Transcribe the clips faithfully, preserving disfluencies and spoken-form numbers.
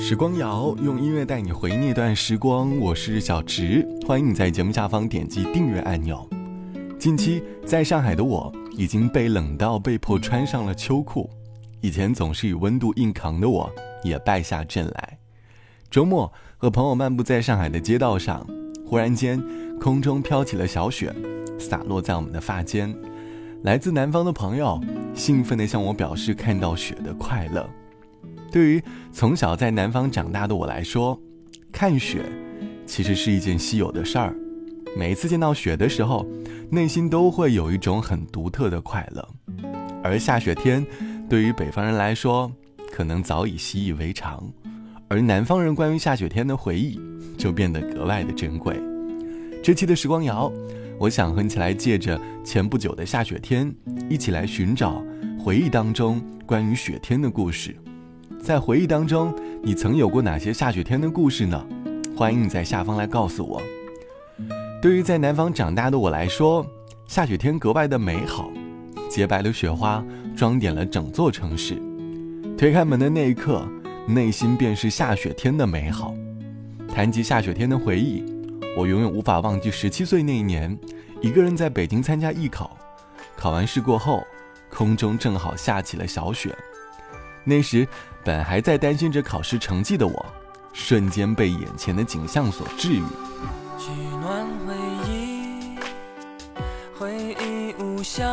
时光谣，用音乐带你回忆那段时光，我是小池，欢迎你在节目下方点击订阅按钮。近期在上海的我已经被冷到被迫穿上了秋裤，以前总是以温度硬扛的我也败下阵来。周末和朋友漫步在上海的街道上，忽然间空中飘起了小雪，洒落在我们的发间。来自南方的朋友兴奋地向我表示看到雪的快乐。对于从小在南方长大的我来说，看雪其实是一件稀有的事儿。每一次见到雪的时候，内心都会有一种很独特的快乐。而下雪天对于北方人来说可能早已习以为常，而南方人关于下雪天的回忆就变得格外的珍贵。这期的时光谣，我想和你一起来借着前不久的下雪天，一起来寻找回忆当中关于雪天的故事。在回忆当中，你曾有过哪些下雪天的故事呢？欢迎你在下方来告诉我。对于在南方长大的我来说，下雪天格外的美好，洁白的雪花装点了整座城市。推开门的那一刻，内心便是下雪天的美好。谈及下雪天的回忆，我永远无法忘记十七岁那一年，一个人在北京参加艺考，考完试过后，空中正好下起了小雪。那时本还在担心着考试成绩的我，瞬间被眼前的景象所治愈。 取暖回忆，回忆无效，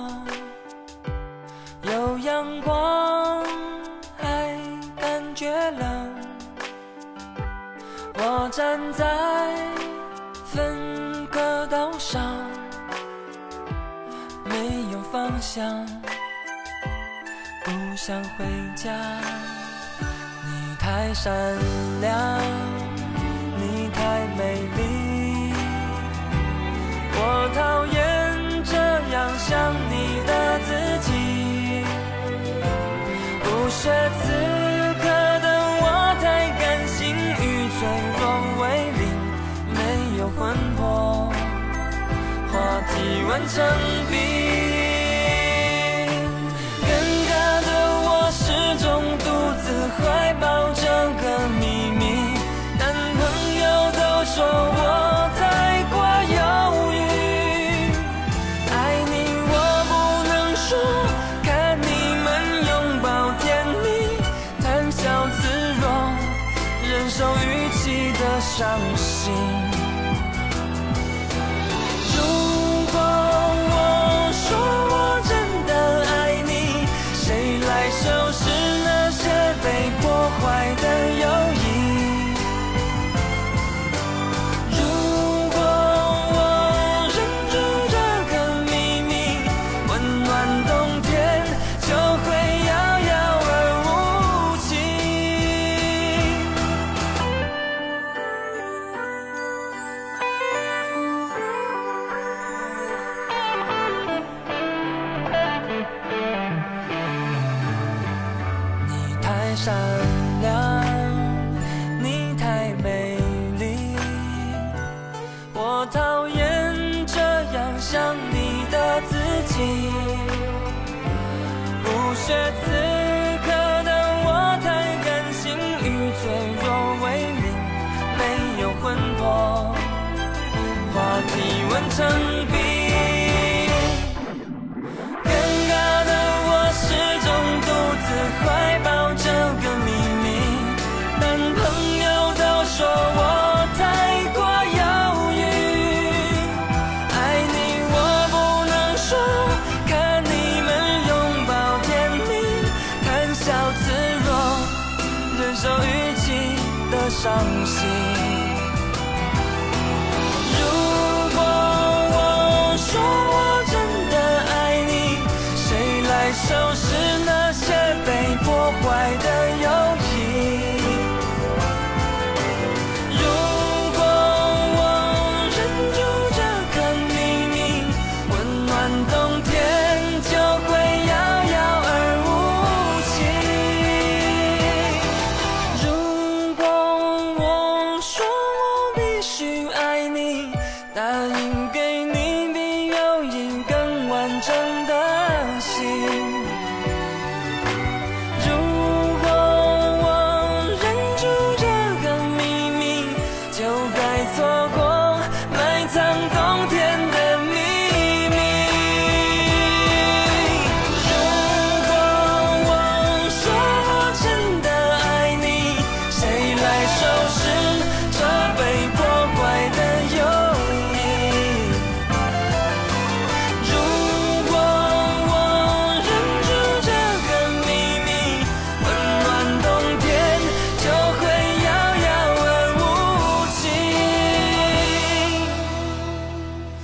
有阳光还感觉冷，我站在分隔岛上，没有方向，不想回家。你太善良，你太美丽，我讨厌这样想你的自己。不学此刻的我太感性与脆弱为零，没有魂魄，话题完成冰。怀抱这个秘密，男朋友都说我太过犹豫，爱你我不能说，看你们拥抱甜蜜，谈笑自若，忍受语气的伤心。如果我说我真的爱你，谁来收拾那些被破坏的友谊？如果我忍住这个秘密，温暖冬天就会遥遥而无期。你太善良，你太美丽，我讨厌这样想你的自己。不学此刻的我太感性与脆弱为零，没有魂魄，话题完成冰。尴尬的我始终独自怀抱这个秘密，男朋友都说我太过犹豫，爱你我不能说，看你们拥抱甜蜜，谈笑自若，忍受语气的伤心。如果我说我真的爱你，谁来收拾那些被破坏的友谊？如果我忍住这个秘密，温暖冬天就会遥遥而无期。如果我说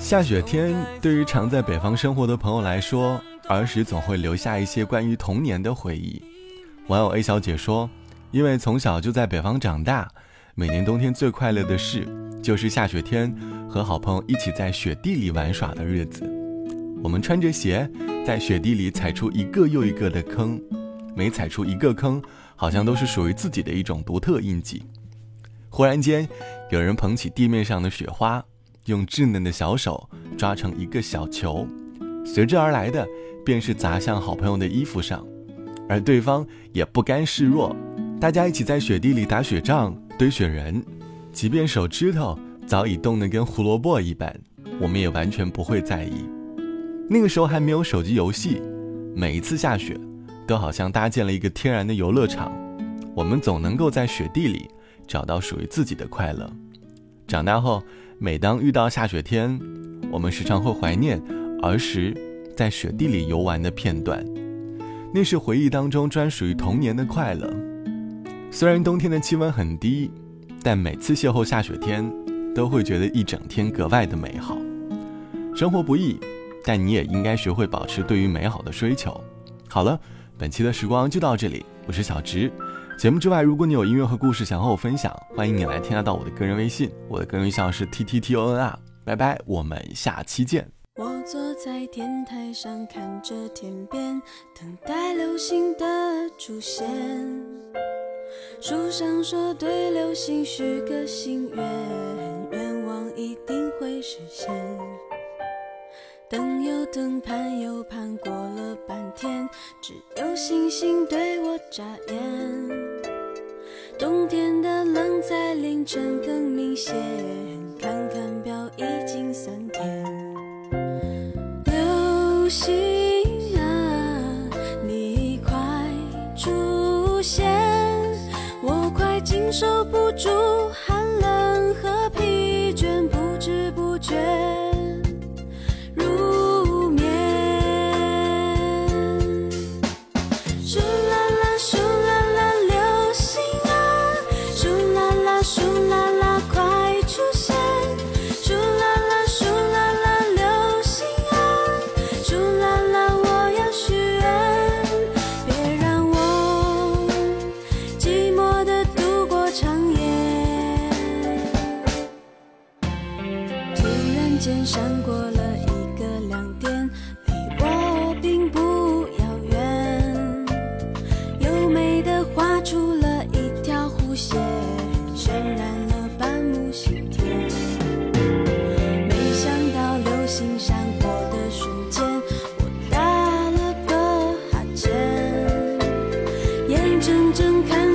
下雪天对于常在北方生活的朋友来说，儿时总会留下一些关于童年的回忆。网友 A 小姐说，因为从小就在北方长大，每年冬天最快乐的事就是下雪天和好朋友一起在雪地里玩耍的日子。我们穿着鞋在雪地里踩出一个又一个的坑，每踩出一个坑好像都是属于自己的一种独特印记。忽然间有人捧起地面上的雪花，用稚嫩的小手抓成一个小球，随之而来的便是砸向好朋友的衣服上，而对方也不甘示弱，大家一起在雪地里打雪仗堆雪人，即便手指头早已冻得跟胡萝卜一般，我们也完全不会在意。那个时候还没有手机游戏，每一次下雪都好像搭建了一个天然的游乐场，我们总能够在雪地里找到属于自己的快乐。长大后，每当遇到下雪天，我们时常会怀念儿时在雪地里游玩的片段，那是回忆当中专属于童年的快乐。虽然冬天的气温很低，但每次邂逅下雪天都会觉得一整天格外的美好。生活不易，但你也应该学会保持对于美好的追求。好了，本期的时光就到这里，我是小直。节目之外，如果你有音乐和故事想和我分享，欢迎你来添加到我的个人微信，我的个人微信号是 T T T O N R。 拜拜，我们下期见。 我坐在天台上看着天边，等待流星的出现。书上说对流星许个心愿，愿望一定会实现。等又等，盼又盼，过了半天，只有星星对我眨眼。冬天的冷在凌晨更明显，看看表已经三天。流星啊，你快出现，我快经受不住寒冷和疲倦，不知不觉入眠。咻啦啦咻啦啦流星啊，咻啦啦咻啦啦快出现，咻啦啦咻啦啦流星啊，咻啦啦我要许愿，别让我寂寞地度过长夜。突然间闪过了一个亮点，离我并不遥远，优美地画出了一条弧线，渲染了半亩心田。没想到流星闪过的瞬间，我打了个哈欠，眼睁睁看